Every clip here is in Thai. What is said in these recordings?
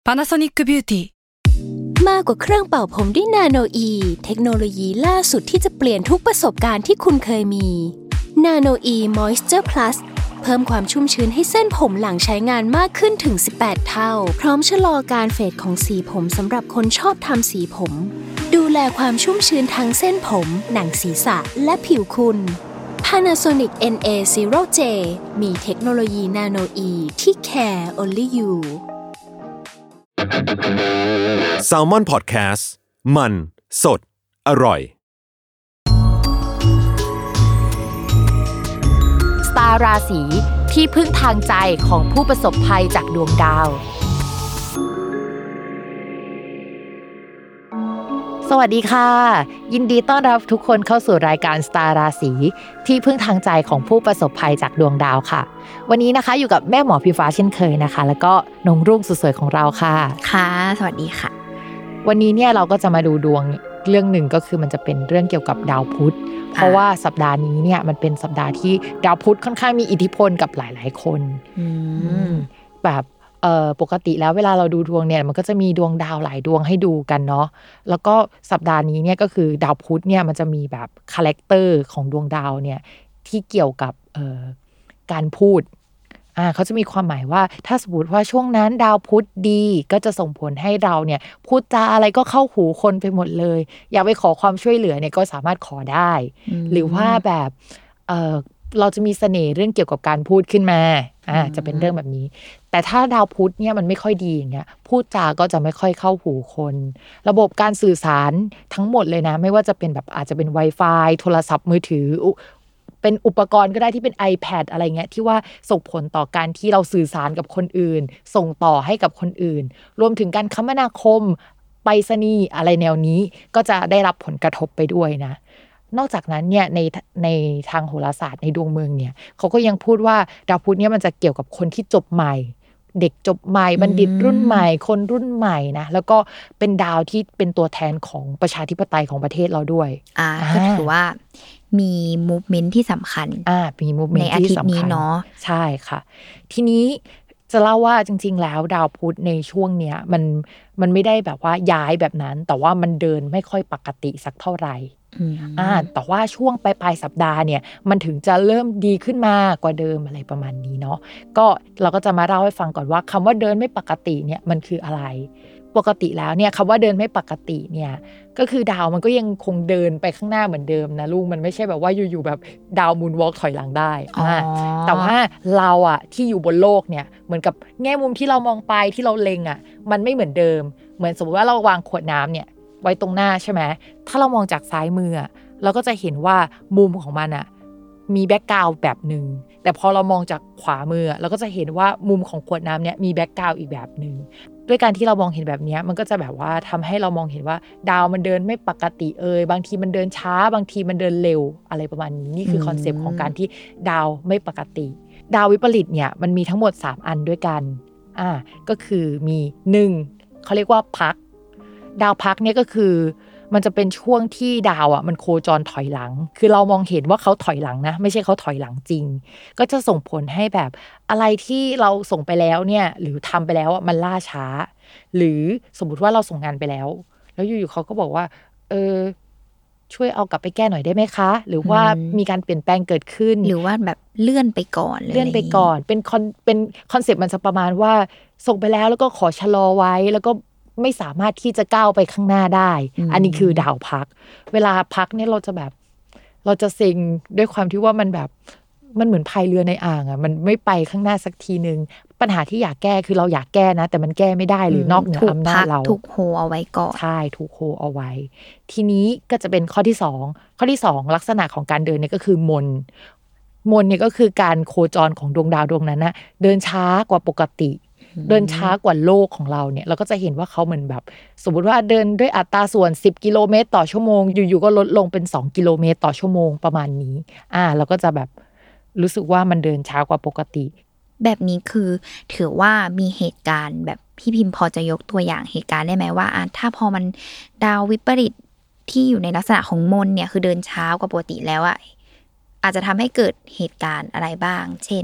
Panasonic Beauty มากกว่าเครื่องเป่าผมด้วยนาโนอีเทคโนโลยีล่าสุดที่จะเปลี่ยนทุกประสบการณ์ที่คุณเคยมีนาโนอีมอยส์เจอร์พลัสเพิ่มความชุ่มชื้นให้เส้นผมหลังใช้งานมากขึ้นถึง18เท่าพร้อมชะลอการเฟดของสีผมสำหรับคนชอบทำสีผมดูแลความชุ่มชื้นทั้งเส้นผมหนังศีรษะและผิวคุณ Panasonic NA0J มีเทคโนโลยีนาโนอีที่ care only you Salmon Podcast มันสดอร่อยสตาร์ราศีที่พึ่งทางใจของผู้ประสบภัยจากดวงดาวสวัสดีค่ะยินดีต้อนรับทุกคนเข้าสู่รายการสตาร์ราศีที่พึ่งทางใจของผู้ประสบภัยจากดวงดาวค่ะวันนี้นะคะอยู่กับแม่หมอพี่ฟ้าเช่นเคยนะคะแล้วก็น้องรุ่งสุดสวยของเราค่ะค่ะสวัสดีค่ะวันนี้เนี่ยเราก็จะมาดูดวงเรื่องหนึ่งก็คือมันจะเป็นเรื่องเกี่ยวกับดาวพุธเพราะว่าสัปดาห์นี้เนี่ยมันเป็นสัปดาห์ที่ดาวพุธค่อนข้างมีอิทธิพลกับหลายๆคนแบบปกติแล้วเวลาเราดูดวงเนี่ยมันก็จะมีดวงดาวหลายดวงให้ดูกันเนาะแล้วก็สัปดาห์นี้เนี่ยก็คือดาวพุธเนี่ยมันจะมีแบบคาแรคเตอร์ของดวงดาวเนี่ยที่เกี่ยวกับการพูดเขาจะมีความหมายว่าถ้าสมมติว่าช่วงนั้นดาวพุธดีก็จะส่งผลให้เราเนี่ยพูดจาอะไรก็เข้าหูคนไปหมดเลยอยากไปขอความช่วยเหลือเนี่ยก็สามารถขอได้หรือว่าแบบเราจะมีเสน่ห์เรื่องเกี่ยวกับการพูดขึ้นมาจะเป็นเรื่องแบบนี้แต่ถ้าดาวพุธเนี่ยมันไม่ค่อยดีอย่างเงี้ยพูดจาก็จะไม่ค่อยเข้าหูคนระบบการสื่อสารทั้งหมดเลยนะไม่ว่าจะเป็นแบบอาจจะเป็น Wi-Fi โทรศัพท์มือถือเป็นอุปกรณ์ก็ได้ที่เป็น iPad อะไรเงี้ยที่ว่าส่งผลต่อการที่เราสื่อสารกับคนอื่นส่งต่อให้กับคนอื่นรวมถึงการคมนาคมไปรษณีย์อะไรแนวนี้ก็จะได้รับผลกระทบไปด้วยนะนอกจากนั้นเนี่ยในทางโหราศาสตร์ในดวงเมืองเนี่ยเขาก็ยังพูดว่าดาวพุธเนี่ยมันจะเกี่ยวกับคนที่จบใหม่เด็กจบใหม่บัณฑิตรุ่นใหม่คนรุ่นใหม่นะแล้วก็เป็นดาวที่เป็นตัวแทนของประชาธิปไตยของประเทศเราด้วยก็ถือว่ามีมูฟเมนท์ที่สำคัญมีมูฟเมนท์ที่สำคัญเนาะใช่ค่ะทีนี้จะเล่าว่าจริงๆแล้วดาวพุธในช่วงเนี้ยมันไม่ได้แบบว่าย้ายแบบนั้นแต่ว่ามันเดินไม่ค่อยปกติสักเท่าไหร่แต่ว่าช่วงปลายสัปดาห์เนี่ยมันถึงจะเริ่มดีขึ้นมากว่าเดิมอะไรประมาณนี้เนาะก็เราก็จะมาเล่าให้ฟังก่อนว่าคำว่าเดินไม่ปกติเนี่ยมันคืออะไรปกติแล้วเนี่ยคำว่าเดินไม่ปกติเนี่ยก็คือดาวมันก็ยังคงเดินไปข้างหน้าเหมือนเดิมนะลูกมันไม่ใช่แบบว่าอยู่ๆแบบดาวมูนวอล์กถอยหลังได้แต่ว่าเราอะที่อยู่บนโลกเนี่ยเหมือนกับแง่มุมที่เรามองไปที่เราเล็งอะมันไม่เหมือนเดิมเหมือนสมมติว่าเราวางขวดน้ำเนี่ยไว้ตรงหน้าใช่ไหมถ้าเรามองจากซ้ายมือเราก็จะเห็นว่ามุมของมันอะมีแบ็คกราวด์แบบนึงแต่พอเรามองจากขวามือเราก็จะเห็นว่ามุมของขวดน้ำเนี่ยมีแบ็คกราวด์อีกแบบนึงด้วยการที่เรามองเห็นแบบนี้มันก็จะแบบว่าทำให้เรามองเห็นว่าดาวมันเดินไม่ปกติบางทีมันเดินช้าบางทีมันเดินเร็วอะไรประมาณนี้นี่คือคอนเซปต์ของการที่ดาวไม่ปกติดาววิปริตเนี่ยมันมีทั้งหมด3อันด้วยกันก็คือมี1เขาเรียกว่าพักดาวพักเนี่ยก็คือมันจะเป็นช่วงที่ดาวมันโคจรถอยหลังคือเรามองเห็นว่าเขาถอยหลังนะไม่ใช่เขาถอยหลังจริงก็จะส่งผลให้แบบอะไรที่เราส่งไปแล้วเนี่ยหรือทำไปแล้วมันล่าช้าหรือสมมุติว่าเราส่งงานไปแล้วอยู่ๆเขาก็บอกว่าช่วยเอากลับไปแก้หน่อยได้ไหมคะหรือว่ามีการเปลี่ยนแปลงเกิดขึ้นหรือว่าแบบเลื่อนไปก่อนเป็นคอนเซ็ปต์มันจะประมาณว่าส่งไปแล้วก็ขอชะลอไว้แล้วก็ไม่สามารถที่จะก้าวไปข้างหน้าได้อันนี้คือดาวพักเวลาพักเนี่ยเราจะเซ็งด้วยความที่ว่ามันแบบมันเหมือนพายเรือในอ่างมันไม่ไปข้างหน้าสักทีนึงปัญหาที่อยากแก้คือเราอยากแก้นะแต่มันแก้ไม่ได้หรือนอกเหนืออำนาจเราถูกโฮเอาไว้ก่อนใช่ถูกโฮเอาไว้ทีนี้ก็จะเป็นข้อที่2ลักษณะของการเดินเนี่ยก็คือมนเนี่ยก็คือการโคจรของดวงดาวดวงนั้นนะเดินช้ากว่าปกติเดินช้ากว่าโลกของเราเนี่ยเราก็จะเห็นว่าเขาเหมือนแบบสมมุติว่าเดินด้วยอัตราส่วน10กิโลเมตรต่อชั่วโมงอยู่ๆก็ลดลงเป็น2กิโลเมตรต่อชั่วโมงประมาณนี้เราก็จะแบบรู้สึกว่ามันเดินช้ากว่าปกติแบบนี้คือถือว่ามีเหตุการณ์แบบพี่พิมพ์พอจะยกตัวอย่างเหตุการณ์ได้ไหมว่าถ้าพอมันดาววิปริตที่อยู่ในลักษณะของมนเนี่ยคือเดินช้ากว่าปกติแล้วอาจจะทำให้เกิดเหตุการณ์อะไรบ้างเช่น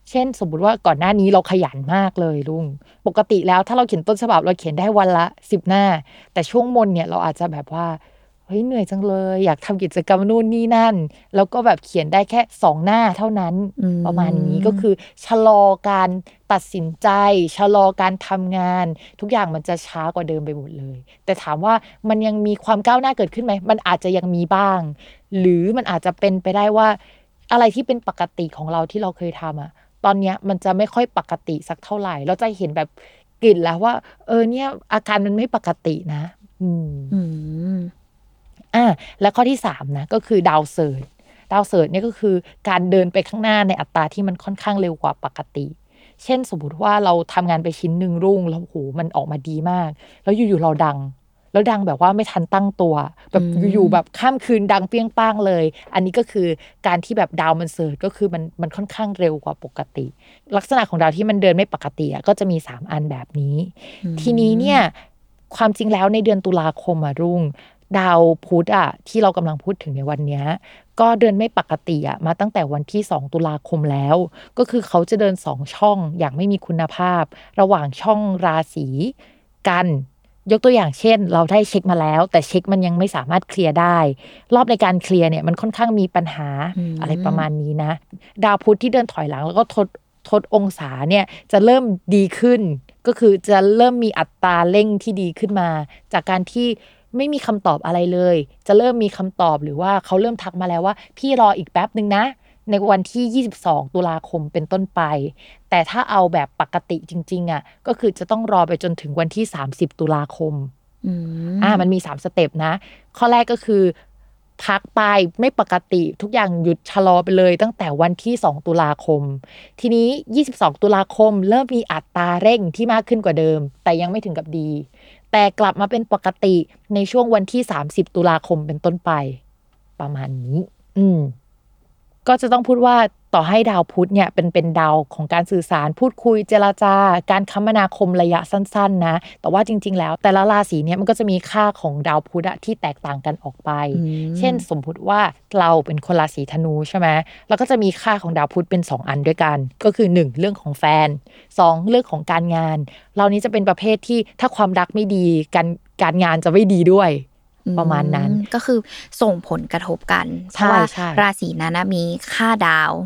เช่นสมมุติว่าก่อนหน้านี้เราขยันมากเลยลุงปกติแล้วถ้าเราเขียนต้นฉบับเราเขียนได้วันละ10 หน้าแต่ช่วงมนเนี่ยเราอาจจะแบบว่าเฮ้ยเหนื่อยจังเลยอยากทำกิจกรรมนู่นนี่นั่นแล้วก็แบบเขียนได้แค่2 หน้าเท่านั้นประมาณนี้ก็คือชะลอการตัดสินใจชะลอการทำงานทุกอย่างมันจะช้ากว่าเดิมไปหมดเลยแต่ถามว่ามันยังมีความก้าวหน้าเกิดขึ้นไหมมันอาจจะยังมีบ้างหรือมันอาจจะเป็นไปได้ว่าอะไรที่เป็นปกติของเราที่เราเคยทำอะตอนเนี้ยมันจะไม่ค่อยปกติสักเท่าไหร่เราจะเห็นแบบกลิ่นแล้วว่าเนี่ยอาการมันไม่ปกตินะและข้อที่3นะก็คือดาวเสิร์ชเนี่ยก็คือการเดินไปข้างหน้าในอัตราที่มันค่อนข้างเร็วกว่าปกติเช่นสมมติว่าเราทำงานไปชิ้นหนึ่งรุ่งแล้วโหมันออกมาดีมากแล้วอยู่ๆเราดังแบบว่าไม่ทันตั้งตัวแบบอยู่ๆแบบข้ามคืนดังเปี้ยงป้างเลยอันนี้ก็คือการที่แบบดาวมันเสิร์ชก็คือมันค่อนข้างเร็วกว่าปกติลักษณะของดาวที่มันเดินไม่ปกติก็จะมี3อันแบบนี้ทีนี้เนี่ยความจริงแล้วในเดือนตุลาคมรุ่งดาวพุธที่เรากำลังพูดถึงในวันนี้ก็เดินไม่ปกติมาตั้งแต่วันที่2 ตุลาคมแล้วก็คือเขาจะเดิน2 ช่องอย่างไม่มีคุณภาพระหว่างช่องราศีกันยกตัวอย่างเช่นเราได้เช็คมาแล้วแต่เช็คมันยังไม่สามารถเคลียร์ได้รอบในการเคลียร์เนี่ยมันค่อนข้างมีปัญหาอะไรประมาณนี้นะดาวพุธที่เดินถอยหลังแล้วก็ทดองศาเนี่ยจะเริ่มดีขึ้นก็คือจะเริ่มมีอัตราเร่งที่ดีขึ้นมาจากการที่ไม่มีคำตอบอะไรเลยจะเริ่มมีคำตอบหรือว่าเขาเริ่มทักมาแล้วว่าพี่รออีกแป๊บนึงนะในวันที่22 ตุลาคมเป็นต้นไปแต่ถ้าเอาแบบปกติจริงๆก็คือจะต้องรอไปจนถึงวันที่30 ตุลาคมมันมี3 สเต็ปนะข้อแรกก็คือพักไปไม่ปกติทุกอย่างหยุดชะลอไปเลยตั้งแต่วันที่2 ตุลาคมทีนี้22 ตุลาคมเริ่มมีอัตราเร่งที่มากขึ้นกว่าเดิมแต่ยังไม่ถึงกับดีแต่กลับมาเป็นปกติในช่วงวันที่30 ตุลาคมเป็นต้นไปประมาณนี้ก็จะต้องพูดว่าต่อให้ดาวพุธเนี่ยเป็นดาวของการสื่อสารพูดคุยเจรจาการคมนาคมระยะสั้นๆนะแต่ว่าจริงๆแล้วแต่ละราศีเนี่ยมันก็จะมีค่าของดาวพุธที่แตกต่างกันออกไปเช่นสมมุติว่าเราเป็นคนราศีธนูใช่ไหมแล้วก็จะมีค่าของดาวพุธเป็น2 อันด้วยกันก็คือ1เรื่องของแฟน2เรื่องของการงานเรานี้จะเป็นประเภทที่ถ้าความรักไม่ดีการงานจะไม่ดีด้วยประมาณนั้นก็คือส่งผลกระทบกันเพราะว่าราศีนั้นมีค่าดาว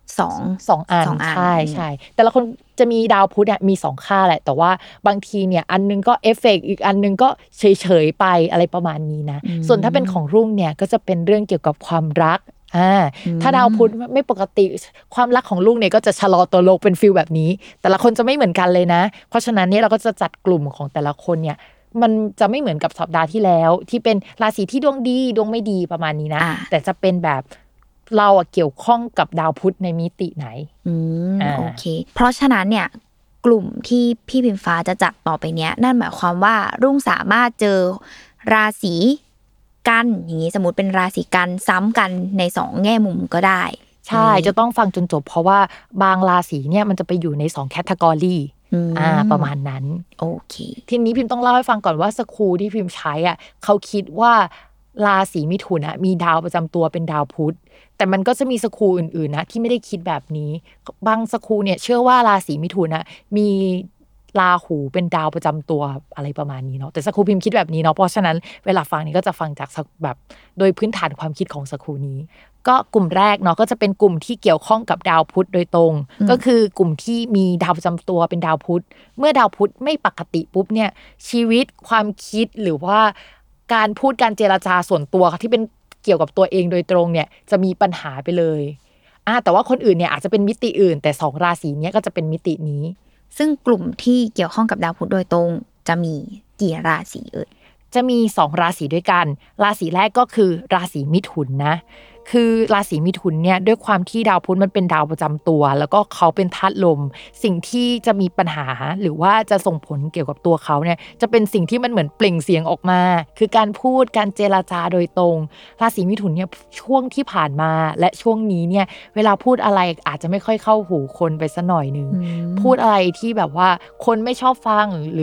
2อันใช่แต่ละคนจะมีดาวพุธมี2ค่าแหละแต่ว่าบางทีเนี่ยอันนึงก็เอฟเฟกต์อีกอันนึงก็เฉยๆไปอะไรประมาณนี้นะส่วนถ้าเป็นของรุ่งเนี่ยก็จะเป็นเรื่องเกี่ยวกับความรักถ้าดาวพุธไม่ปกติความรักของรุ่งเนี่ยก็จะชะลอตัวลงเป็นฟีลแบบนี้แต่ละคนจะไม่เหมือนกันเลยนะเพราะฉะนั้นเนี่ยเราก็จะจัดกลุ่มของแต่ละคนเนี่ยมันจะไม่เหมือนกับสัปดาห์ที่แล้วที่เป็นราศีที่ดวงดีดวงไม่ดีประมาณนี้นะแต่จะเป็นแบบเราเกี่ยวข้องกับดาวพุธในมิติไหนโอเคเพราะฉะนั้นเนี่ยกลุ่มที่พี่พิมฟ้าจะจัดต่อไปเนี้ยนั่นหมายความว่ารุ่งสามารถเจอราศีกันอย่างนี้สมมติเป็นราศีกันซ้ำกันใน2 แง่มุมก็ได้ใช่จะต้องฟังจนจบเพราะว่าบางราศีเนี่ยมันจะไปอยู่ใน2 แคตตากรีประมาณนั้นโอเคทีนี้พิมพ์ต้องเล่าให้ฟังก่อนว่าสครูที่พิมพ์ใช้เขาคิดว่าราศีมิถุนมีดาวประจำตัวเป็นดาวพุธแต่มันก็จะมีสครูอื่นๆนะที่ไม่ได้คิดแบบนี้บางสครูเนี่ยเชื่อว่าราศีมิถุนมีราหูเป็นดาวประจำตัวอะไรประมาณนี้เนาะแต่สครูพิมพ์คิดแบบนี้เนาะเพราะฉะนั้นเวลาฟังนี่ก็จะฟังจากแบบโดยพื้นฐานความคิดของสครูนี้ก็กลุ่มแรกเนาะก็จะเป็นกลุ่มที่เกี่ยวข้องกับดาวพุธโดยตรงก็คือกลุ่มที่มีดาวประจำตัวเป็นดาวพุธเมื่อดาวพุธไม่ปกติปุ๊บเนี่ยชีวิตความคิดหรือว่าการพูดการเจรจาส่วนตัวที่เป็นเกี่ยวกับตัวเองโดยตรงเนี่ยจะมีปัญหาไปเลยแต่ว่าคนอื่นเนี่ยอาจจะเป็นมิติอื่นแต่2 ราศีนี้ก็จะเป็นมิตินี้ซึ่งกลุ่มที่เกี่ยวข้องกับดาวพุธโดยตรงจะมีกี่ราศีจะมี2 ราศีด้วยกันราศีแรกก็คือราศีมิถุนนะคือราศีมิถุนเนี่ยด้วยความที่ดาวพุธมันเป็นดาวประจำตัวแล้วก็เขาเป็นธาตุลมสิ่งที่จะมีปัญหาหรือว่าจะส่งผลเกี่ยวกับตัวเขาเนี่ยจะเป็นสิ่งที่มันเหมือนเปล่งเสียงออกมาคือการพูดการเจรจาโดยตรงราศีมิถุนเนี่ยช่วงที่ผ่านมาและช่วงนี้เนี่ยเวลาพูดอะไรอาจจะไม่ค่อยเข้าหูคนไปสักหน่อยนึงพูดอะไรที่แบบว่าคนไม่ชอบฟังหรือ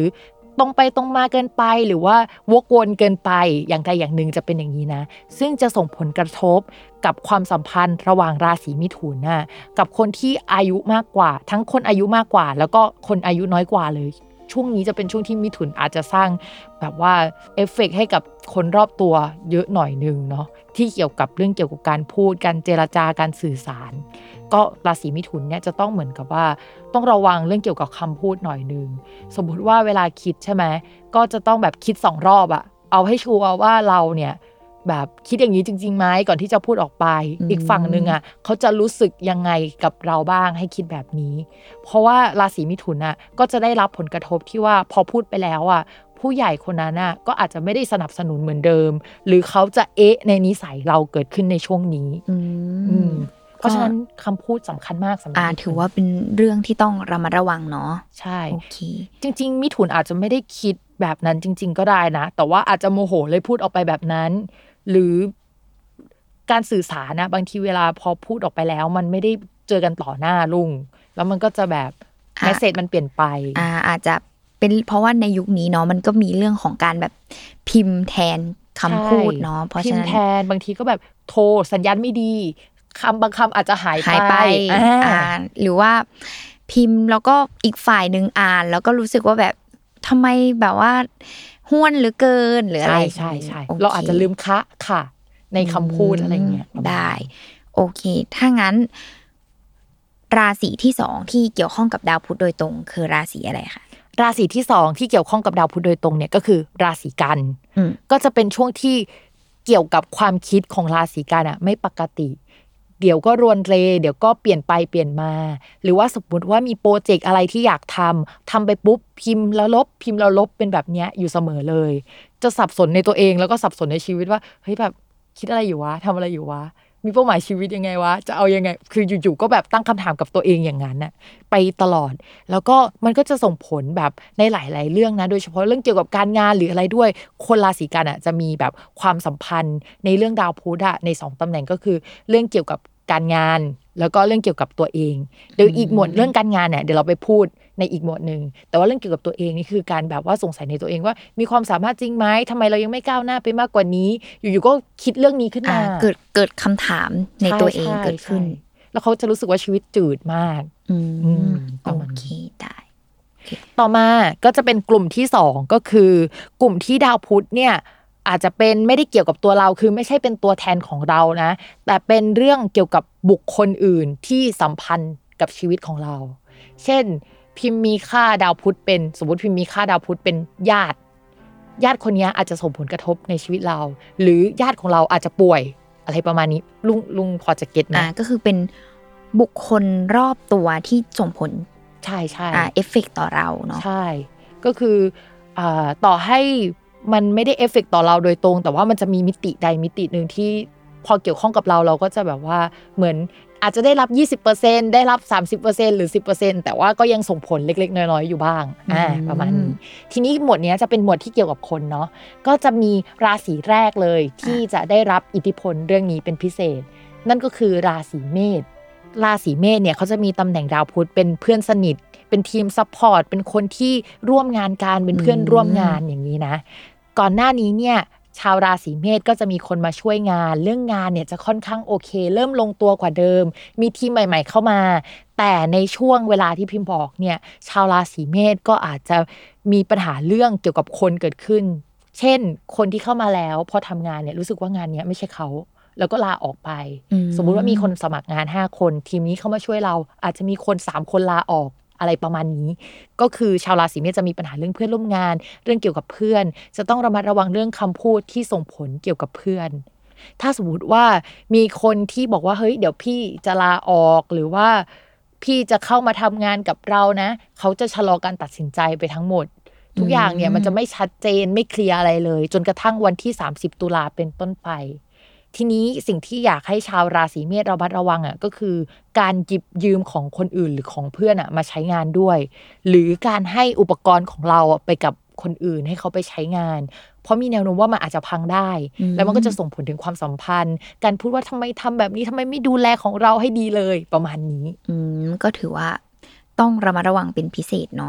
ตรงไปตรงมาเกินไปหรือว่าวกวนเกินไปอย่างใดอย่างหนึ่งจะเป็นอย่างนี้นะซึ่งจะส่งผลกระทบกับความสัมพันธ์ระหว่างราศีมิถุนน่ะกับคนที่อายุมากกว่าทั้งคนอายุมากกว่าแล้วก็คนอายุน้อยกว่าเลยช่วงนี้จะเป็นช่วงที่มิถุนอาจจะสร้างแบบว่าเอฟเฟกต์ให้กับคนรอบตัวเยอะหน่อยนึงเนาะที่เกี่ยวกับเรื่องเกี่ยวกับการพูดการเจรจาการสื่อสารก็ราศีมิถุนเนี่ยจะต้องเหมือนกับว่าต้องระวังเรื่องเกี่ยวกับคำพูดหน่อยนึงสมมติว่าเวลาคิดใช่ไหมก็จะต้องแบบคิด2 รอบอะเอาให้ชัวร์ว่าเราเนี่ยแบบคิดอย่างนี้จริงๆไหมก่อนที่จะพูดออกไปอีกฝั่งนึงอะเขาจะรู้สึกยังไงกับเราบ้างให้คิดแบบนี้เพราะว่าราศีมิถุนอะก็จะได้รับผลกระทบที่ว่าพอพูดไปแล้วอะผู้ใหญ่คนนั้นน่ะก็อาจจะไม่ได้สนับสนุนเหมือนเดิมหรือเขาจะในนิสัยเราเกิดขึ้นในช่วงนี้เพราะฉะนั้นคำพูดสำคัญมากสำหรับถือว่าเป็นเรื่องที่ต้องระมัดระวังเนาะใช่โอเคจริงๆมิถุนอาจจะไม่ได้คิดแบบนั้นจริงๆก็ได้นะแต่ว่าอาจจะโมโหเลยพูดออกไปแบบนั้นหรือการสื่อสารนะบางทีเวลาพอพูดออกไปแล้วมันไม่ได้เจอกันต่อหน้าลุงแล้วมันก็จะแบบเมสเสจมันเปลี่ยนไปอาจจะเป็นเพราะว่าในยุคนี้เนาะมันก็มีเรื่องของการแบบพิมพ์แทนคำพูดเนาะเพราะฉะนั้นพิมพ์แทนบางทีก็แบบโทรสัญญาณไม่ดีคำบางคำอาจจะหายไปหรือว่าพิมพ์แล้วก็อีกฝ่ายนึงอ่านแล้วก็รู้สึกว่าแบบทำไมแบบว่าห้วนเหลือเกินหรืออะไรใช่เราอาจจะลืมค่ะในคำพูดอะไรเงี้ยได้โอเคถ้างั้นราศีที่2ที่เกี่ยวข้องกับดาวพุธโดยตรงคือราศีอะไรคะราศีที่2ที่เกี่ยวข้องกับดาวพุธโดยตรงเนี่ยก็คือราศีกันก็จะเป็นช่วงที่เกี่ยวกับความคิดของราศีกันอ่ะไม่ปกติเดี๋ยวก็รวนเรเดี๋ยวก็เปลี่ยนไปเปลี่ยนมาหรือว่าสมมติว่ามีโปรเจกต์อะไรที่อยากทำไปปุ๊บพิมพ์แล้วลบพิมพ์แล้วลบเป็นแบบนี้อยู่เสมอเลยจะสับสนในตัวเองแล้วก็สับสนในชีวิตว่าเฮ้ยแบบคิดอะไรอยู่วะทำอะไรอยู่วะมีเป้าหมายชีวิตยังไงวะจะเอายังไงคืออยู่ๆก็แบบตั้งคำถามกับตัวเองอย่างนั้นน่ะไปตลอดแล้วก็มันก็จะส่งผลแบบในหลายๆเรื่องนะโดยเฉพาะเรื่องเกี่ยวกับการงานหรืออะไรด้วยคนราศีกันอ่ะจะมีแบบความสัมพันธ์ในเรื่องดาวพุธอ่ะใน2ตำแหน่งก็คือเรื่องเกี่ยวกับการงานแล้วก็เรื่องเกี่ยวกับตัวเองเดี๋ยวอีกหมวดเรื่องการงานเนี่ยเดี๋ยวเราไปพูดในอีกหมวดนึงแต่ว่าเรื่องเกี่ยวกับตัวเองนี่คือการแบบว่าสงสัยในตัวเองว่ามีความสามารถจริงไหมทำไมเรายังไม่ก้าวหน้าไปมากกว่านี้อยู่ๆก็คิดเรื่องนี้ขึ้นมาเกิดคำถามในตัวเองเกิดขึ้นแล้วเขาจะรู้สึกว่าชีวิตจืดมากโอเคได้ต่อมาก็จะเป็นกลุ่มที่2ก็คือกลุ่มที่ดาวพุธเนี่ยอาจจะเป็นไม่ได้เกี่ยวกับตัวเราคือไม่ใช่เป็นตัวแทนของเรานะแต่เป็นเรื่องเกี่ยวกับบุคคลอื่นที่สัมพันธ์กับชีวิตของเราเช่นพิมพ์มีค่าดาวพุธเป็นสมมติพิมพ์มีค่าดาวพุธเป็นญาติคนนี้อาจจะส่งผลกระทบในชีวิตเราหรือญาติของเราอาจจะป่วยอะไรประมาณนี้ลุงพอจะเก็ตไหมก็คือเป็นบุคคลรอบตัวที่ส่งผลใช่เอฟเฟกต์ต่อเราเนาะใช่ก็คือต่อให้มันไม่ได้เอฟเฟกต์ต่อเราโดยตรงแต่ว่ามันจะมีมิติใดมิตินึงที่พอเกี่ยวข้องกับเราก็จะแบบว่าเหมือนอาจจะได้รับ 20% ได้รับ 30% หรือ 10% แต่ว่าก็ยังส่งผลเล็กๆน้อยๆอยู่บ้างประมาณนี้ทีนี้หมวดนี้จะเป็นหมวดที่เกี่ยวกับคนเนาะก็จะมีราศีแรกเลยที่จะได้รับอิทธิพลเรื่องนี้เป็นพิเศษนั่นก็คือราศีเมษราศีเมษเนี่ยเขาจะมีตำแหน่งดาวพุธเป็นเพื่อนสนิทเป็นทีมซัพพอร์ตเป็นคนที่ร่วมงานกันเป็นเพื่อนร่วมงานอย่างนี้นะก่อนหน้านี้เนี่ยชาวราศีเมษก็จะมีคนมาช่วยงานเรื่องงานเนี่ยจะค่อนข้างโอเคเริ่มลงตัวกว่าเดิมมีทีมใหม่ๆเข้ามาแต่ในช่วงเวลาที่พิมพ์บอกเนี่ยชาวราศีเมษก็อาจจะมีปัญหาเรื่องเกี่ยวกับคนเกิดขึ้นเช่นคนที่เข้ามาแล้วพอทำงานเนี่ยรู้สึกว่างานนี้ไม่ใช่เขาแล้วก็ลาออกไปสมมุติว่ามีคนสมัครงาน5คนทีมนี้เข้ามาช่วยเราอาจจะมีคน3คนลาออกอะไรประมาณนี้ก็คือชาวราศีเมษจะมีปัญหาเรื่องเพื่อนร่วมงานเรื่องเกี่ยวกับเพื่อนจะต้องระมัดระวังเรื่องคำพูดที่ส่งผลเกี่ยวกับเพื่อนถ้าสมมติว่ามีคนที่บอกว่าเฮ้ยเดี๋ยวพี่จะลาออกหรือว่าพี่จะเข้ามาทำงานกับเรานะเขาจะชะลอการตัดสินใจไปทั้งหมดทุกอย่างเนี่ยมันจะไม่ชัดเจนไม่เคลียร์อะไรเลยจนกระทั่งวันที่30ตุลาเป็นต้นไปทีนี้สิ่งที่อยากให้ชาวราศีเมษระมัดระวังก็คือการหยิบยืมของคนอื่นหรือของเพื่อนมาใช้งานด้วยหรือการให้อุปกรณ์ของเราไปกับคนอื่นให้เขาไปใช้งานเพราะมีแนวโน้มว่ามันอาจจะพังได้แล้วมันก็จะส่งผลถึงความสัมพันธ์การพูดว่าทำไมทำแบบนี้ทำไมไม่ดูแลของเราให้ดีเลยประมาณนี้ก็ถือว่าต้องระมัดระวังเป็นพิเศษเนาะ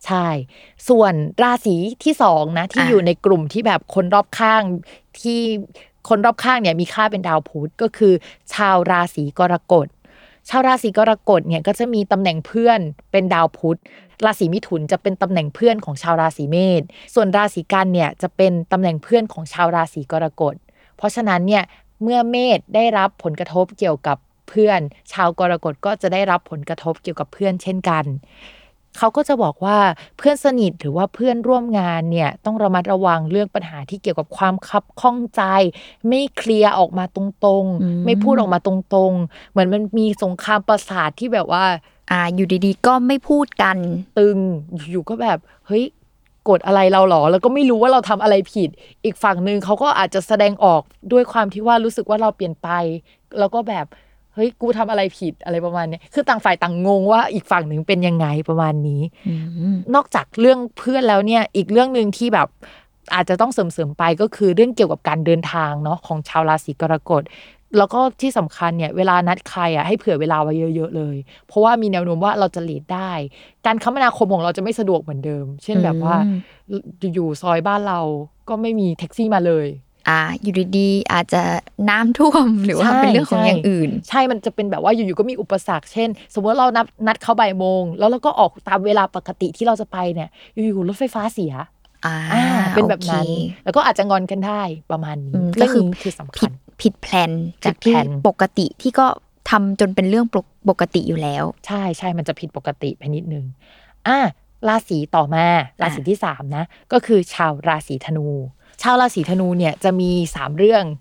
ใช่ส่วนราศีที่2นะที่อยู่ในกลุ่มที่แบบคนรอบข้างที่คนรอบข้างเนี่ยมีค่าเป็นดาวพุธก็คือชาวราศีกรกฎชาวราศีกรกฎเนี่ยก็จะมีตำแหน่งเพื่อนเป็นดาวพุธราศีมิถุนจะเป็นตำแหน่งเพื่อนของชาวราศีเมษส่วนราศีกันเนี่ยจะเป็นตำแหน่งเพื่อนของชาวราศีกรกฎเพราะฉะนั้นเนี่ยเมื่อเมษได้รับผลกระทบเกี่ยวกับเพื่อนชาวกรกฎก็จะได้รับผลกระทบเกี่ยวกับเพื่อนเช่นกันเขาก็จะบอกว่าเพื่อนสนิทหรือว่าเพื่อนร่วมงานเนี่ยต้องระมัดระวังเรื่องปัญหาที่เกี่ยวกับความคับข้องใจไม่เคลียร์ออกมาตรงๆไม่พูดออกมาตรงๆเหมือนมันมีสงครามประสาทที่แบบว่าอยู่ดีๆก็ไม่พูดกันตึงอยู่ก็แบบเฮ้ยโกรธอะไรเราหรอแล้วก็ไม่รู้ว่าเราทำอะไรผิดอีกฝั่งนึงเขาก็อาจจะแสดงออกด้วยความที่ว่ารู้สึกว่าเราเปลี่ยนไปแล้วก็แบบเฮ้ยกูทำอะไรผิดอะไรประมาณนี้คือต่างฝ่ายต่างงงว่าอีกฝั่งหนึ่งเป็นยังไงประมาณนี้นอกจากเรื่องเพื่อนแล้วเนี่ยอีกเรื่องนึงที่แบบอาจจะต้องเสริมๆไปก็คือเรื่องเกี่ยวกับการเดินทางเนาะของชาวราศีกรกฎแล้วก็ที่สำคัญเนี่ยเวลานัดใครให้เผื่อเวลาไว้เยอะๆเลยเพราะว่ามีแนวโน้มว่าเราจะเลทได้การคมนาคมของเราจะไม่สะดวกเหมือนเดิมเช่นแบบว่าอยู่ซอยบ้านเราก็ไม่มีแท็กซี่มาเลยอยู่ดีๆอาจจะน้ำท่วมหรือว่าเป็นเรื่องของอย่างอื่นใช่มันจะเป็นแบบว่าอยู่ๆก็มีอุปสรรคเช่นสมมติเรานัดเขาบ่ายโมงแล้วเราก็ออกตามเวลาปกติที่เราจะไปเนี่ยอยู่ๆรถไฟฟ้าเสียเป็นแบบนั้นแล้วก็อาจจะงอนกันได้ประมาณนี้ก็คือสำคัญผิดแพลนจากที่ปกติที่ก็ทำจนเป็นเรื่องปกติอยู่แล้วใช่ใช่มันจะผิดปกติไปนิดนึงราศีต่อมาราศีที่3นะก็คือชาวราศีธนูชาวราศีธนูเนี่ยจะมี3เรื่อง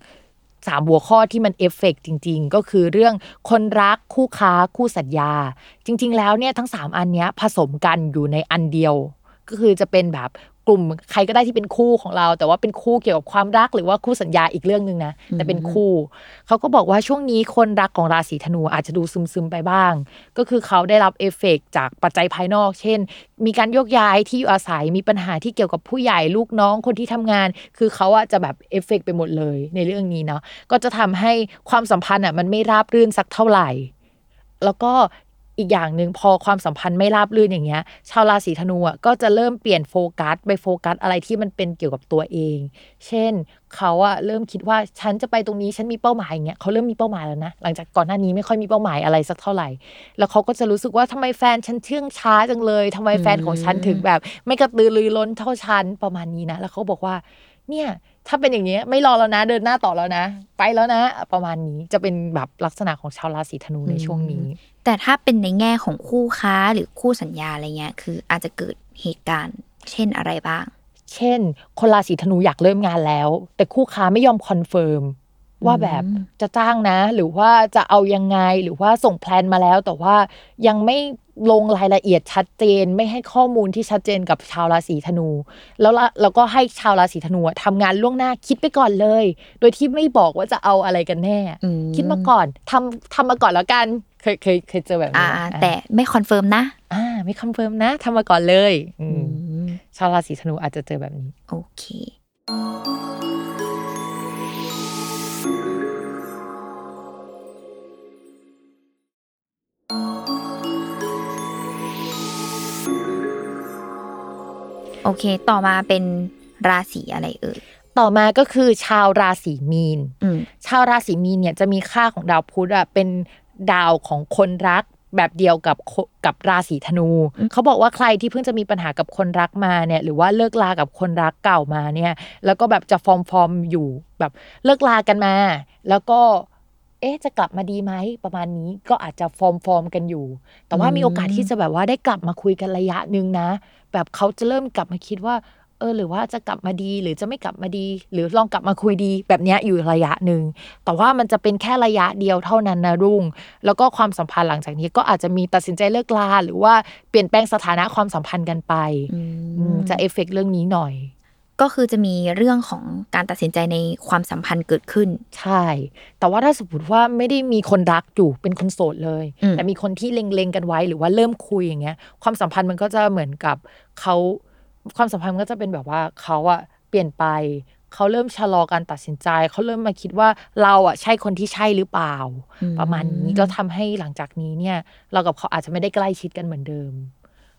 3หัวข้อที่มันเอฟเฟกต์จริงๆก็คือเรื่องคนรักคู่ค้าคู่สัญญาจริงๆแล้วเนี่ยทั้ง3อันเนี้ยผสมกันอยู่ในอันเดียวก็คือจะเป็นแบบกลุ่มใครก็ได้ที่เป็นคู่ของเราแต่ว่าเป็นคู่เกี่ยวกับความรักหรือว่าคู่สัญญาอีกเรื่องนึงนะแต่เป็นคู่เขาก็บอกว่าช่วงนี้คนรักของราศีธนูอาจจะดูซึมๆไปบ้างก็คือเขาได้รับเอฟเฟกต์จากปัจจัยภายนอกเช่นมีการโยกย้ายที่อยู่อาศัยมีปัญหาที่เกี่ยวกับผู้ใหญ่ลูกน้องคนที่ทำงานคือเขาจะแบบเอฟเฟกต์ไปหมดเลยในเรื่องนี้เนาะก็จะทำให้ความสัมพันธ์มันไม่ราบรื่นสักเท่าไหร่แล้วก็อีกอย่างนึงพอความสัมพันธ์ไม่ราบรื่นอย่างเงี้ยชาวราศีธนูก็จะเริ่มเปลี่ยนโฟกัสไปโฟกัสอะไรที่มันเป็นเกี่ยวกับตัวเองเช่นเขาเริ่มคิดว่าฉันจะไปตรงนี้ฉันมีเป้าหมายอย่างเงี้ยเขาเริ่มมีเป้าหมายแล้วนะหลังจากก่อนหน้านี้ไม่ค่อยมีเป้าหมายอะไรสักเท่าไหร่แล้วเขาก็จะรู้สึกว่าทำไมแฟนฉันเชื่องช้าจังเลยทำไมแฟนของฉันถึงแบบไม่กระตือรือร้นเท่าฉันประมาณนี้นะแล้วเขาบอกว่าเนี่ยถ้าเป็นอย่างนี้ไม่รอแล้วนะเดินหน้าต่อแล้วนะไปแล้วนะประมาณนี้จะเป็นแบบลักษณะของชาวราศีธนูในช่วงนี้แต่ถ้าเป็นในแง่ของคู่ค้าหรือคู่สัญญาอะไรเงี้ยคืออาจจะเกิดเหตุการณ์เช่นอะไรบ้างเช่นคนราศีธนูอยากเริ่มงานแล้วแต่คู่ค้าไม่ยอมคอนเฟิร์มว่าแบบจะจ้างนะหรือว่าจะเอายังไงหรือว่าส่งแพลนมาแล้วแต่ว่ายังไม่ลงรายละเอียดชัดเจนไม่ให้ข้อมูลที่ชัดเจนกับชาวราศีธนูแล้วก็ให้ชาวราศีธนูทำงานล่วงหน้าคิดไปก่อนเลยโดยที่ไม่บอกว่าจะเอาอะไรกันแน่คิดมาก่อนทำมาก่อนแล้วกันเคยเจอแบบนี้แต่ไม่คอนเฟิร์มนะไม่คอนเฟิร์มนะทำมาก่อนเลยชาวราศีธนูอาจจะเจอแบบนี้โอเคโอเคต่อมาเป็นราศีอะไรต่อมาก็คือชาวราศีมีนชาวราศีมีนเนี่ยจะมีค่าของดาวพุธเป็นดาวของคนรักแบบเดียวกับราศีธนูเขาบอกว่าใครที่เพิ่งจะมีปัญหากับคนรักมาเนี่ยหรือว่าเลิกลากับคนรักเก่ามาเนี่ยแล้วก็แบบจะฟอร์มอยู่แบบเลิกลากันมาแล้วก็จะกลับมาดีไหมประมาณนี้ก็อาจจะฟอร์มกันอยู่แต่ว่ามีโอกาสที่จะแบบว่าได้กลับมาคุยกันระยะนึงนะแบบเขาจะเริ่มกลับมาคิดว่าหรือว่าจะกลับมาดีหรือจะไม่กลับมาดีหรือลองกลับมาคุยดีแบบนี้อยู่ระยะนึงแต่ว่ามันจะเป็นแค่ระยะเดียวเท่านั้นนะรุ่งแล้วก็ความสัมพันธ์หลังจากนี้ก็อาจจะมีตัดสินใจเลิกลาหรือว่าเปลี่ยนแปลงสถานะความสัมพันธ์กันไปจะเอฟเฟกต์เรื่องนี้หน่อยก็คือจะมีเรื่องของการตัดสินใจในความสัมพันธ์เกิดขึ้นใช่แต่ว่าถ้าสมมติว่าไม่ได้มีคนรักอยู่เป็นคนโสดเลยแต่มีคนที่เล็งๆกันไว้หรือว่าเริ่มคุยอย่างเงี้ยความสัมพันธ์มันก็จะเหมือนกับความสัมพันธ์มันก็จะเป็นแบบว่าเขาเปลี่ยนไปเขาเริ่มชะลอการตัดสินใจเขาเริ่มมาคิดว่าเราใช่คนที่ใช่หรือเปล่าประมาณนี้แล้วทำให้หลังจากนี้เนี่ยเรากับเขาอาจจะไม่ได้ใกล้ชิดกันเหมือนเดิม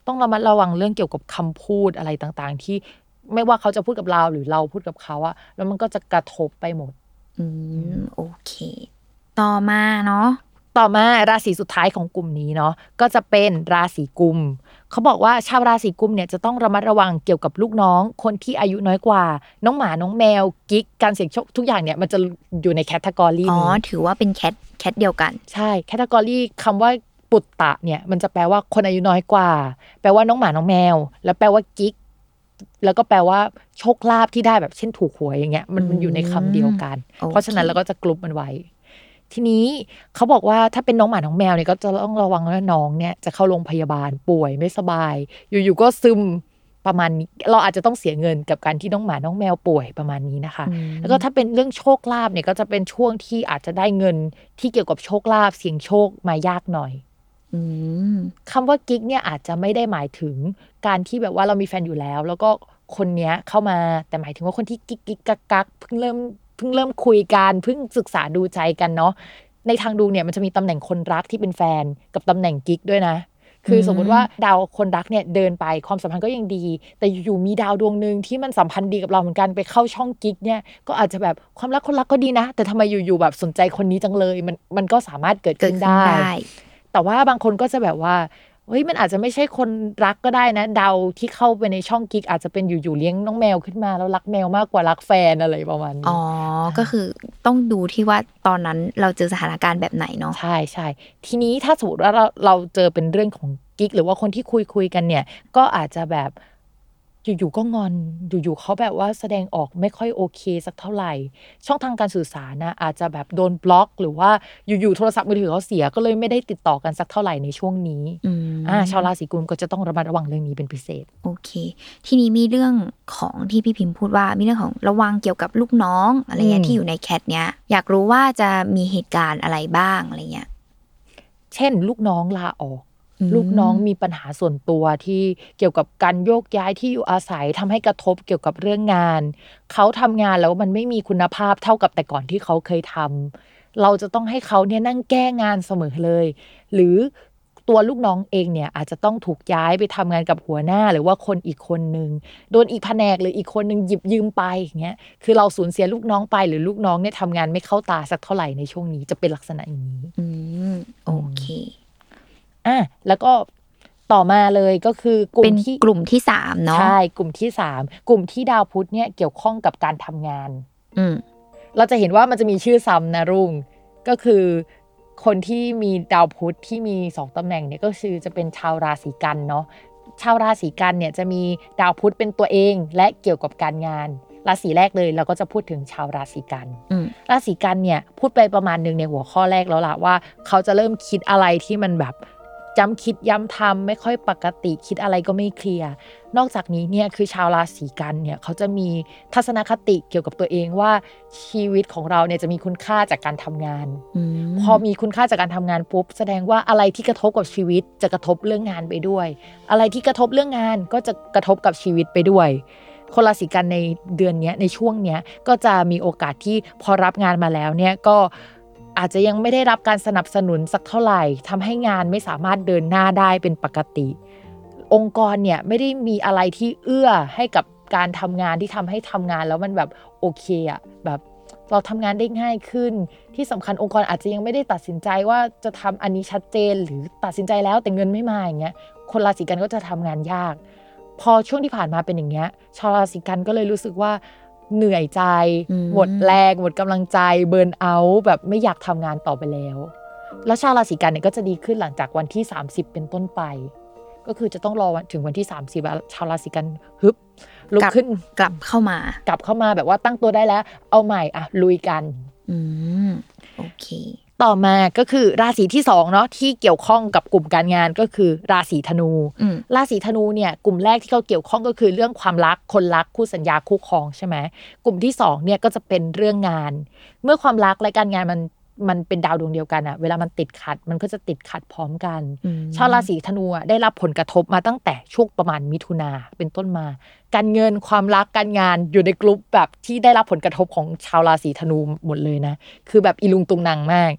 ต้องระมัดระวังเรื่องเกี่ยวกับคำพูดอะไรต่างๆที่ไม่ว่าเขาจะพูดกับเราหรือเราพูดกับเขาอะแล้วมันก็จะกระทบไปหมดโอเคต่อมาเนาะต่อมาราศีสุดท้ายของกลุ่มนี้เนาะก็จะเป็นราศีกุมเขาบอกว่าชาวราศีกุมเนี่ยจะต้องระมัดระวังเกี่ยวกับลูกน้องคนที่อายุน้อยกว่าน้องหมาน้องแมวกิ๊กการเสี่ยงโชคทุกอย่างเนี่ยมันจะอยู่ในแคตตากรีนี้ถือว่าเป็นแคทเดียวกันใช่แคตตากรีคำว่าปุตตะเนี่ยมันจะแปลว่าคนอายุน้อยกว่าแปลว่าน้องหมาน้องแมวแล้วแปลว่ากิ๊กแล้วก็แปลว่าโชคลาภที่ได้แบบเช่นถูกหวยอย่างเงี้ยมันอยู่ในคำเดียวกันเพราะฉะนั้นเราก็จะกลุ่มมันไว้ทีนี้เขาบอกว่าถ้าเป็นน้องหมาน้องแมวเนี่ยก็จะต้องระวังว่าน้องเนี่ยจะเข้าโรงพยาบาลป่วยไม่สบายอยู่ๆก็ซึมประมาณนี้เราอาจจะต้องเสียเงินกับการที่น้องหมาน้องแมวป่วยประมาณนี้นะคะแล้วก็ถ้าเป็นเรื่องโชคลาภเนี่ยก็จะเป็นช่วงที่อาจจะได้เงินที่เกี่ยวกับโชคลาภเสี่ยงโชคมายากหน่อยคำว่ากิ๊กเนี่ยอาจจะไม่ได้หมายถึงการที่แบบว่าเรามีแฟนอยู่แล้วก็คนเนี้ยเข้ามาแต่หมายถึงว่าคนที่กิ๊กกักเพิ่งเริ่มคุยกันเพิ่งศึกษาดูใจกันเนาะในทางดูเนี่ยมันจะมีตำแหน่งคนรักที่เป็นแฟนกับตำแหน่งกิ๊กด้วยนะคือสมมติว่าดาวคนรักเนี่ยเดินไปความสัมพันธ์ก็ยังดีแต่อยู่มีดาวดวงนึงที่มันสัมพันธ์ดีกับเราเหมือนกันไปเข้าช่องกิ๊กเนี่ยก็อาจจะแบบความรักคนรักก็ดีนะแต่ทำไมอยู่ๆแบบสนใจคนนี้จังเลยมันก็สามารถเกิดขึ้นได้แต่ว่าบางคนก็จะแบบว่าเฮ้ยมันอาจจะไม่ใช่คนรักก็ได้นะดาวที่เข้าไปในช่องกิ๊กอาจจะเป็นอยู่ๆเลี้ยงน้องแมวขึ้นมาแล้วรักแมวมากกว่ารักแฟนอะไรประมาณนี้ก็คือต้องดูที่ว่าตอนนั้นเราเจอสถานการณ์แบบไหนเนาะใช่ๆทีนี้ถ้าสมมติว่าเราเจอเป็นเรื่องของกิ๊กหรือว่าคนที่คุยกันเนี่ยก็อาจจะแบบอยู่ๆก็งอนอยู่ๆเขาแบบว่าแสดงออกไม่ค่อยโอเคสักเท่าไหร่ช่องทางการสื่อสารนะอาจจะแบบโดนบล็อกหรือว่าอยู่ๆโทรศัพท์มือถือเขาเสียก็เลยไม่ได้ติดต่อกันสักเท่าไหร่ในช่วงนี้ชาวราศีกุมก็จะต้องระมัดระวังเรื่องนี้เป็นพิเศษโอเคทีนี้มีเรื่องของที่พี่พิมพ์พูดว่ามีเรื่องของระวังเกี่ยวกับลูกน้องอะไรเงี้ยที่อยู่ในแคทเนี้ยอยากรู้ว่าจะมีเหตุการณ์อะไรบ้างอะไรเงี้ยเช่นลูกน้องลาออกลูกน้องมีปัญหาส่วนตัวที่เกี่ยวกับการโยกย้ายที่อยู่อาศัยทำให้กระทบเกี่ยวกับเรื่องงานเขาทำงานแล้วมันไม่มีคุณภาพเท่ากับแต่ก่อนที่เขาเคยทำเราจะต้องให้เขาเนี่ยนั่งแก้งานเสมอเลยหรือตัวลูกน้องเองเนี่ยอาจจะต้องถูกย้ายไปทำงานกับหัวหน้าหรือว่าคนอีกคนนึงโดนอีกแผนกหรืออีกคนนึงหยิบยืมไปอย่างเงี้ยคือเราสูญเสียลูกน้องไปหรือลูกน้องเนี่ยทำงานไม่เข้าตาสักเท่าไหร่ในช่วงนี้จะเป็นลักษณะอย่างนี้โอเคแล้วก็ต่อมาเลยก็คือกลุ่มที่3เนาะใช่กลุ่มที่3กลุ่มที่ดาวพุธเนี่ยเกี่ยวข้องกับการทำงานเราจะเห็นว่ามันจะมีชื่อซ้ำนะรุ่งก็คือคนที่มีดาวพุธที่มี2ตำแหน่งเนี่ยก็คือจะเป็นชาวราศีกันเนาะชาวราศีกันเนี่ยจะมีดาวพุธเป็นตัวเองและเกี่ยวกับการงานราศีแรกเลยเราก็จะพูดถึงชาวราศีกันราศีกันเนี่ยพูดไปประมาณนึงในหัวข้อแรกแล้วล่ะว่าเขาจะเริ่มคิดอะไรที่มันแบบจำคิดย้ำทำไม่ค่อยปกติคิดอะไรก็ไม่เคลียร์นอกจากนี้เนี่ยคือชาวราศีกันเนี่ยเขาจะมีทัศนคติเกี่ยวกับตัวเองว่าชีวิตของเราเนี่ยจะมีคุณค่าจากการทำงานพอมีคุณค่าจากการทำงานปุ๊บแสดงว่าอะไรที่กระทบกับชีวิตจะกระทบเรื่องงานไปด้วยอะไรที่กระทบเรื่องงานก็จะกระทบกับชีวิตไปด้วยคนราศีกันในเดือนนี้ในช่วงเนี้ยก็จะมีโอกาสที่พอรับงานมาแล้วเนี่ยก็อาจจะยังไม่ได้รับการสนับสนุนสักเท่าไหร่ทำให้งานไม่สามารถเดินหน้าได้เป็นปกติองค์กรเนี่ยไม่ได้มีอะไรที่เอื้อให้กับการทำงานที่ทำให้ทำงานแล้วมันแบบโอเคอะแบบเราทำงานได้ง่ายขึ้นที่สำคัญองค์กรอาจจะยังไม่ได้ตัดสินใจว่าจะทำอันนี้ชัดเจนหรือตัดสินใจแล้วแต่เงินไม่มาอย่างเงี้ยคนราศีกันก็จะทำงานยากพอช่วงที่ผ่านมาเป็นอย่างเงี้ยชาวราศีกันก็เลยรู้สึกว่าเหนื่อยใจหมดแรงหมดกำลังใจเบิร์นเอาท์แบบไม่อยากทำงานต่อไปแล้วชาวราศีกันเนี่ยก็จะดีขึ้นหลังจากวันที่30เป็นต้นไปก็คือจะต้องรอถึงวันที่30ชาวราศีกันฮึบลุกขึ้นกลับเข้ามาแบบว่าตั้งตัวได้แล้วเอาใหม่ลุยกันโอเคต่อมาก็คือราศีที่2เนาะที่เกี่ยวข้องกับกลุ่มการงานก็คือราศีธนูราศีธนูเนี่ยกลุ่มแรกที่เขาเกี่ยวข้องก็คือเรื่องความรักคนรักคู่สัญญาคู่ครองใช่ไหมกลุ่มที่2เนี่ยก็จะเป็นเรื่องงานเมื่อความรักและการงานมันเป็นดาวดวงเดียวกันอะเวลามันติดขัดมันก็จะติดขัดพร้อมกันชาวราศีธนูได้รับผลกระทบมาตั้งแต่ช่วงประมาณมิถุนาเป็นต้นมาการเงินความรักการงานอยู่ในกลุ่มแบบที่ได้รับผลกระทบของชาวราศีธนูหมดเลยนะคือแบบอีลุงตุงนังมาก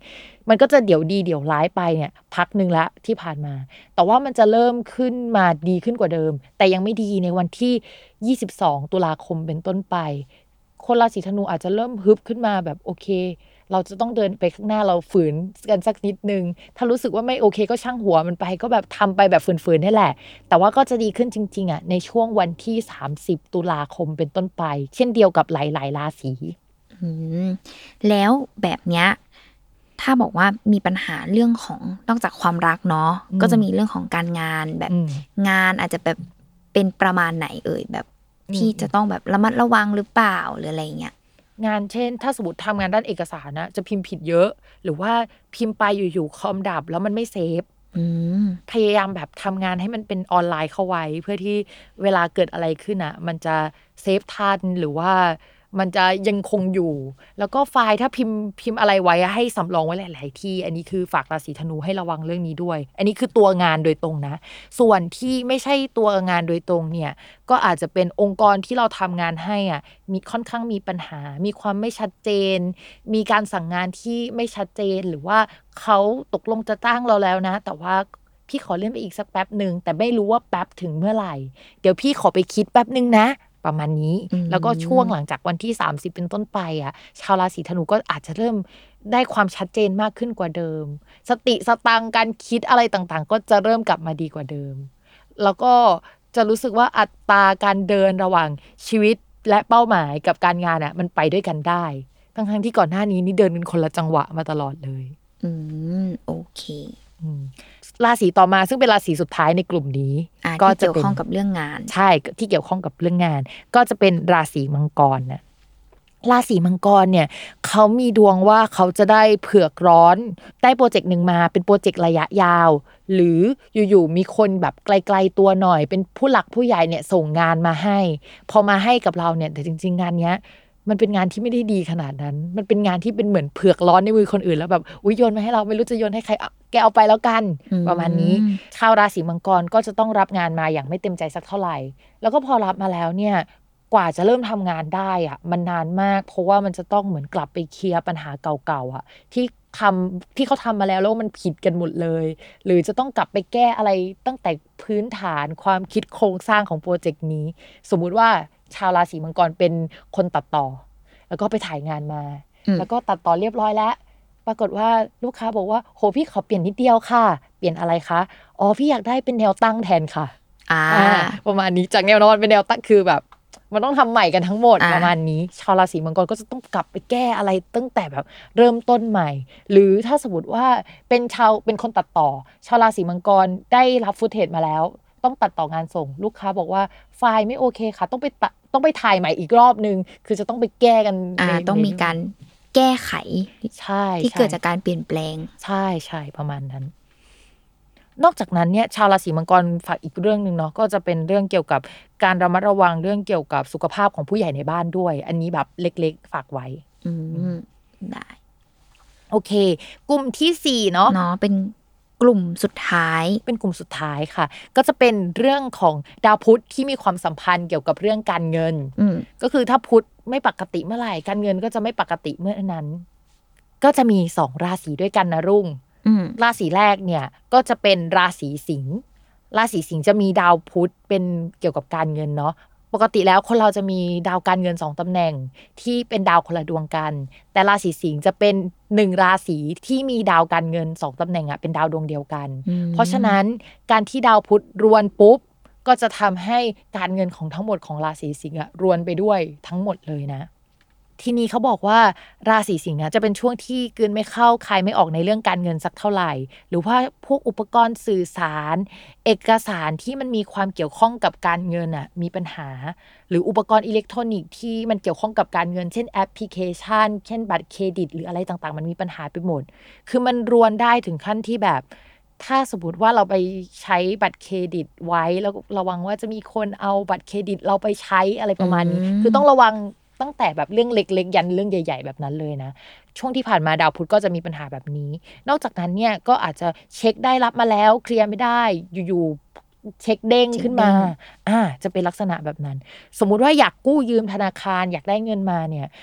มันก็จะเดี๋ยวดีเดี๋ยวร้ายไปเนี่ยพักนึงละที่ผ่านมาแต่ว่ามันจะเริ่มขึ้นมาดีขึ้นกว่าเดิมแต่ยังไม่ดีในวันที่22ตุลาคมเป็นต้นไปคนราศีธนูอาจจะเริ่มฮึบขึ้นมาแบบโอเคเราจะต้องเดินไปข้างหน้าเราฝืนกันสักนิดนึงถ้ารู้สึกว่าไม่โอเคก็ช่างหัวมันไปก็แบบทำไปแบบฝืนๆนี่แหละแต่ว่าก็จะดีขึ้นจริงๆอ่ะในช่วงวันที่30ตุลาคมเป็นต้นไปเช่นเดียวกับหลายๆราศีแล้วแบบเนี้ยถ้าบอกว่ามีปัญหาเรื่องของนอกจากความรักเนาะก็จะมีเรื่องของการงานแบบงานอาจจะแบบเป็นประมาณไหนแบบที่จะต้องแบบระมัดระวังหรือเปล่าหรืออะไรเงี้ยงานเช่นถ้าสมมติทำงานด้านเอกสารนะจะพิมพ์ผิดเยอะหรือว่าพิมพ์ไปอยู่ๆคอมดับแล้วมันไม่เซฟพยายามแบบทำงานให้มันเป็นออนไลน์เข้าไว้เพื่อที่เวลาเกิดอะไรขึ้นอ่ะมันจะเซฟทันหรือว่ามันจะยังคงอยู่แล้วก็ไฟล์ถ้าพิมพ์อะไรไว้ให้สำรองไว้หลายๆที่อันนี้คือฝากราศีธนูให้ระวังเรื่องนี้ด้วยอันนี้คือตัวงานโดยตรงนะส่วนที่ไม่ใช่ตัวงานโดยตรงเนี่ยก็อาจจะเป็นองค์กรที่เราทำงานให้อ่ะมีค่อนข้างมีปัญหามีความไม่ชัดเจนมีการสั่งงานที่ไม่ชัดเจนหรือว่าเขาตกลงจะจ้างเราแล้วนะแต่ว่าพี่ขอเลื่อนไปอีกสักแป๊บนึงแต่ไม่รู้ว่าแป๊บถึงเมื่อไหร่เดี๋ยวพี่ขอไปคิดแป๊บนึงนะประมาณนี้แล้วก็ช่วงหลังจากวันที่30เป็นต้นไปอ่ะชาวราศีธนูก็อาจจะเริ่มได้ความชัดเจนมากขึ้นกว่าเดิมสติสตังการคิดอะไรต่างๆก็จะเริ่มกลับมาดีกว่าเดิมแล้วก็จะรู้สึกว่าอัตราการเดินระหว่างชีวิตและเป้าหมายกับการงานอ่ะมันไปด้วยกันได้ทั้งที่ก่อนหน้านี้นี่เดินเป็นคนละจังหวะมาตลอดเลยโอเคราศีต่อมาซึ่งเป็นราศีสุดท้ายในกลุ่มนี้ก็จะเกี่ยวข้องกับเรื่องงานใช่ที่เกี่ยวข้องกับเรื่องงานก็จะเป็นราศีมังกรนะราศีมังกรเนี่ยเขามีดวงว่าเขาจะได้เผือกร้อนได้โปรเจกต์นึงมาเป็นโปรเจกต์ระยะยาวหรืออยู่ๆมีคนแบบไกลๆตัวหน่อยเป็นผู้หลักผู้ใหญ่เนี่ยส่งงานมาให้พอมาให้กับเราเนี่ยแต่จริงๆงานเนี้ยมันเป็นงานที่ไม่ได้ดีขนาดนั้นมันเป็นงานที่เป็นเหมือนเผือกร้อนในมือคนอื่นแล้วแบบอุ๊ยโยนมาให้เราไม่รู้จะโยนให้ใครแกเอาไปแล้วกันประมาณนี้ชาวราศีมังกรก็จะต้องรับงานมาอย่างไม่เต็มใจสักเท่าไหร่แล้วก็พอรับมาแล้วเนี่ยกว่าจะเริ่มทำงานได้อะมันนานมากเพราะว่ามันจะต้องเหมือนกลับไปเคลียร์ปัญหาเก่าๆอ่ะที่เขาทำมาแล้วมันผิดกันหมดเลยหรือจะต้องกลับไปแก้อะไรตั้งแต่พื้นฐานความคิดโครงสร้างของโปรเจกต์นี้สมมุติว่าชาวราศีมังกรเป็นคนตัดต่อแล้วก็ไปถ่ายงานมาแล้วก็ตัดต่อเรียบร้อยแล้วปรากฏว่าลูกค้าบอกว่าโหพี่ขอเปลี่ยนนิดเดียวค่ะเปลี่ยนอะไรคะอ๋อพี่อยากได้เป็นแนวตั้งแทนค่ะประมาณนี้จากแนวนอนเป็นแนวตั้งคือแบบมันต้องทำใหม่กันทั้งหมดประมาณนี้ชาวราศีมังกรก็จะต้องกลับไปแก้อะไรตั้งแต่แบบเริ่มต้นใหม่หรือถ้าสมมติว่าเป็นคนตัดต่อชาวราศีมังกรได้รับฟุตเทจมาแล้วต้องตัดต่องานส่งลูกค้าบอกว่าไฟล์ไม่โอเคค่ะต้องไปถ่ายใหม่อีกรอบนึงคือจะต้องไปแก้กันต้องมีการแก้ไขใช่ที่เกิดจากการเปลี่ยนแปลงใช่ประมาณนั้นนอกจากนั้นเนี่ยชาวราศีมังกรฝากอีกเรื่องนึงเนาะก็จะเป็นเรื่องเกี่ยวกับการระมัดระวังเรื่องเกี่ยวกับสุขภาพของผู้ใหญ่ในบ้านด้วยอันนี้แบบเล็กๆฝากไว้ได้โอเคกลุ่มที่4เนาะเป็นกลุ่มสุดท้ายค่ะก็จะเป็นเรื่องของดาวพุธที่มีความสัมพันธ์เกี่ยวกับเรื่องการเงินก็คือถ้าพุธไม่ปกติเมื่อไหร่การเงินก็จะไม่ปกติเมื่อนั้นก็จะมี2ราศีด้วยกันนะรุ่งราศีแรกเนี่ยก็จะเป็นราศีสิงห์จะมีดาวพุธเป็นเกี่ยวกับการเงินเนาะปกติแล้วคนเราจะมีดาวการเงิน2ตำแหน่งที่เป็นดาวคนละดวงกันแต่ราศีสิงห์จะเป็น1ราศีที่มีดาวการเงิน2ตำแหน่งอ่ะเป็นดาวดวงเดียวกันเพราะฉะนั้นการที่ดาวพุธรวนปุ๊บก็จะทำให้การเงินของทั้งหมดของราศีสิงห์อ่ะรวนไปด้วยทั้งหมดเลยนะทีนี้เขาบอกว่าราศีสิงห์จะเป็นช่วงที่กลืนไม่เข้าคายไม่ออกในเรื่องการเงินสักเท่าไหร่หรือว่าพวกอุปกรณ์สื่อสารเอกสารที่มันมีความเกี่ยวข้องกับการเงินมีปัญหาหรืออุปกรณ์อิเล็กทรอนิกส์ที่มันเกี่ยวข้องกับการเงินเช่นแอปพลิเคชันเช่นบัตรเครดิตหรืออะไรต่างๆมันมีปัญหาไปหมดคือมันรวนได้ถึงขั้นที่แบบถ้าสมมติว่าเราไปใช้บัตรเครดิตไว้แล้วระวังว่าจะมีคนเอาบัตรเครดิตเราไปใช้อะไรประมาณนี้คือต้องระวังตั้งแต่แบบเรื่องเล็กๆยันเรื่องใหญ่ๆแบบนั้นเลยนะช่วงที่ผ่านมาดาวพุธก็จะมีปัญหาแบบนี้นอกจากนั้นเนี่ยก็อาจจะเช็คได้รับมาแล้วเคลียร์ไม่ได้อยู่ๆเช็คเด้งขึ้นมาจะเป็นลักษณะแบบนั้นสมมุติว่าอยากกู้ยืมธนาคารอยากได้เงินมาเนี่ย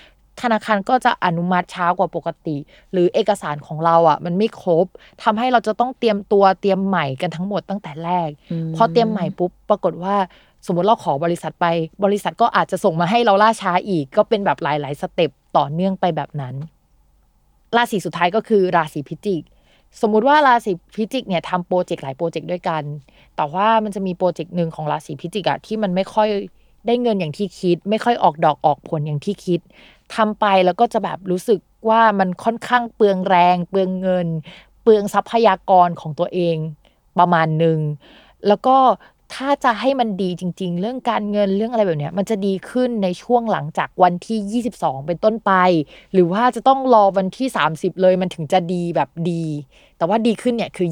ธนาคารก็จะอนุมัติช้ากว่าปกติหรือเอกสารของเราอ่ะมันไม่ครบทำให้เราจะต้องเตรียมใหม่กันทั้งหมดตั้งแต่แรกพอเตรียมใหม่ปุ๊บปรากฏว่าสมมติเราขอบริษัทไปบริษัทก็อาจจะส่งมาให้เราล่าช้าอีกก็เป็นแบบหลายๆสเต็ปต่อเนื่องไปแบบนั้นราศีสุดท้ายก็คือราศีพิจิกสมมุติว่าราศีพิจิกเนี่ยทำโปรเจกต์หลายโปรเจกต์ด้วยกันแต่ว่ามันจะมีโปรเจกต์นึงของราศีพิจิกอะที่มันไม่ค่อยได้เงินอย่างที่คิดไม่ค่อยออกดอกออกผลอย่างที่คิดทำไปแล้วก็จะแบบรู้สึกว่ามันค่อนข้างเปลืองแรงเปลืองเงินเปลืองทรัพยากรของตัวเองประมาณนึงแล้วก็ถ้าจะให้มันดีจริงๆเรื่องการเงินเรื่องอะไรแบบเนี้ยมันจะดีขึ้นในช่วงหลังจากวันที่22เป็นต้นไปหรือว่าจะต้องรอวันที่30เลยมันถึงจะดีแบบดีแต่ว่าดีขึ้นเนี่ยคือ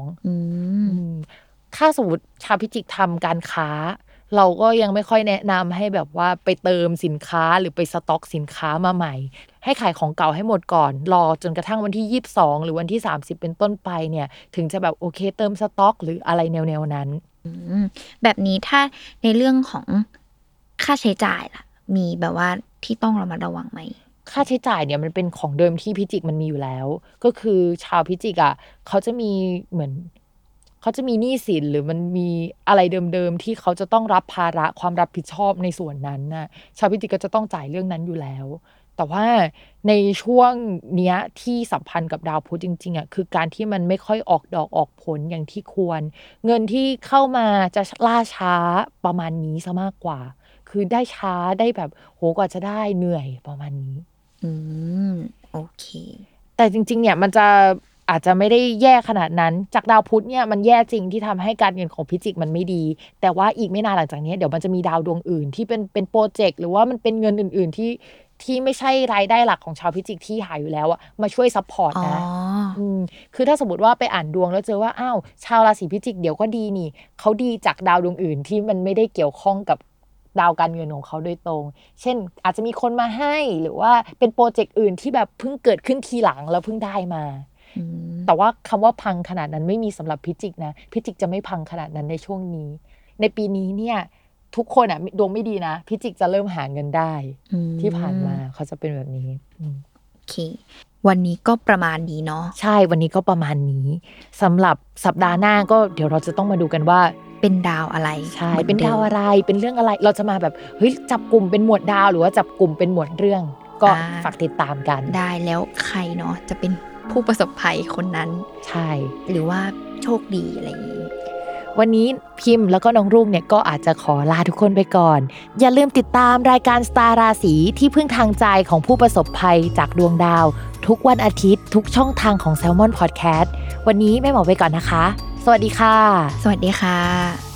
22ถ้าสมมติชาวพิจิกทำการค้าเราก็ยังไม่ค่อยแนะนำให้แบบว่าไปเติมสินค้าหรือไปสต็อกสินค้ามาใหม่ให้ขายของเก่าให้หมดก่อนรอจนกระทั่งวันที่22หรือวันที่30เป็นต้นไปเนี่ยถึงจะแบบโอเคเติมสต็อกหรืออะไรแนวๆนั้นแบบนี้ถ้าในเรื่องของค่าใช้จ่ายล่ะมีแบบว่าที่ต้องระมัดระวังไหมค่าใช้จ่ายเนี่ยมันเป็นของเดิมที่พิจิกมันมีอยู่แล้วก็คือชาวพิจิกอ่ะเขาจะมีเหมือนเขาจะมีหนี้สินหรือมันมีอะไรเดิมๆที่เขาจะต้องรับภาระความรับผิดชอบในส่วนนั้นน่ะชาวพิจิกก็จะต้องจ่ายเรื่องนั้นอยู่แล้วแต่ว่าในช่วงเนี้ยที่สัมพันธ์กับดาวพุธจริงๆอ่ะคือการที่มันไม่ค่อยออกดอกออกผลอย่างที่ควรเงินที่เข้ามาจะล่าช้าประมาณนี้ซะมากกว่าคือได้ช้าได้แบบโหกว่าจะได้เหนื่อยประมาณนี้โอเคแต่จริงๆเนี่ยมันจะอาจจะไม่ได้แย่ขนาดนั้นจากดาวพุธเนี่ยมันแย่จริงที่ทำให้การเงินของพิจิกมันไม่ดีแต่ว่าอีกไม่นานหลังจากนี้เดี๋ยวมันจะมีดาวดวงอื่นที่เป็นโปรเจกต์หรือว่ามันเป็นเงินอื่นๆที่ไม่ใช่รายได้หลักของชาวพิจิกที่หาอยู่แล้วอะมาช่วยซัพพอร์ตนะคือถ้าสมมติว่าไปอ่านดวงแล้วเจอว่าอ้าวชาวราศีพิจิกเดี๋ยวก็ดีนี่เขาดีจากดาวดวงอื่นที่มันไม่ได้เกี่ยวข้องกับดาวการเงินของเขาโดยตรงเช่นอาจจะมีคนมาให้หรือว่าเป็นโปรเจกต์อื่นที่แบบเพิ่งเกิดขึ้นทีหลังแล้วเพิ่งได้มาแต่ว่าคำว่าพังขนาดนั้นไม่มีสำหรับพิจิกนะพิจิกจะไม่พังขนาดนั้นในช่วงนี้ในปีนี้เนี่ยทุกคนอ่ะดวงไม่ดีนะพิจิกจะเริ่มหาเงินได้ที่ผ่านมาเขาจะเป็นแบบนี้โอเควันนี้ก็ประมาณนี้เนาะใช่วันนี้ก็ประมาณนี้สำหรับสัปดาห์หน้าก็เดี๋ยวเราจะต้องมาดูกันว่าเป็นดาวอะไรใช่เป็นดาวอะไรเป็นเรื่องอะไรเราจะมาแบบเฮ้ยจับกลุ่มเป็นหมวดดาวหรือว่าจับกลุ่มเป็นหมวดเรื่องก็ฝากติดตามกันได้แล้วใครเนาะจะเป็นผู้ประสบภัยคนนั้นใช่หรือว่าโชคดีอะไรอย่างนี้วันนี้พิมพ์แล้วก็น้องรุ่งเนี่ยก็อาจจะขอลาทุกคนไปก่อนอย่าลืมติดตามรายการสตาร์ราศีที่พึ่งทางใจของผู้ประสบภัยจากดวงดาวทุกวันอาทิตย์ทุกช่องทางของ Salmon Podcast วันนี้แม่หมอไปก่อนนะคะสวัสดีค่ะสวัสดีค่ะ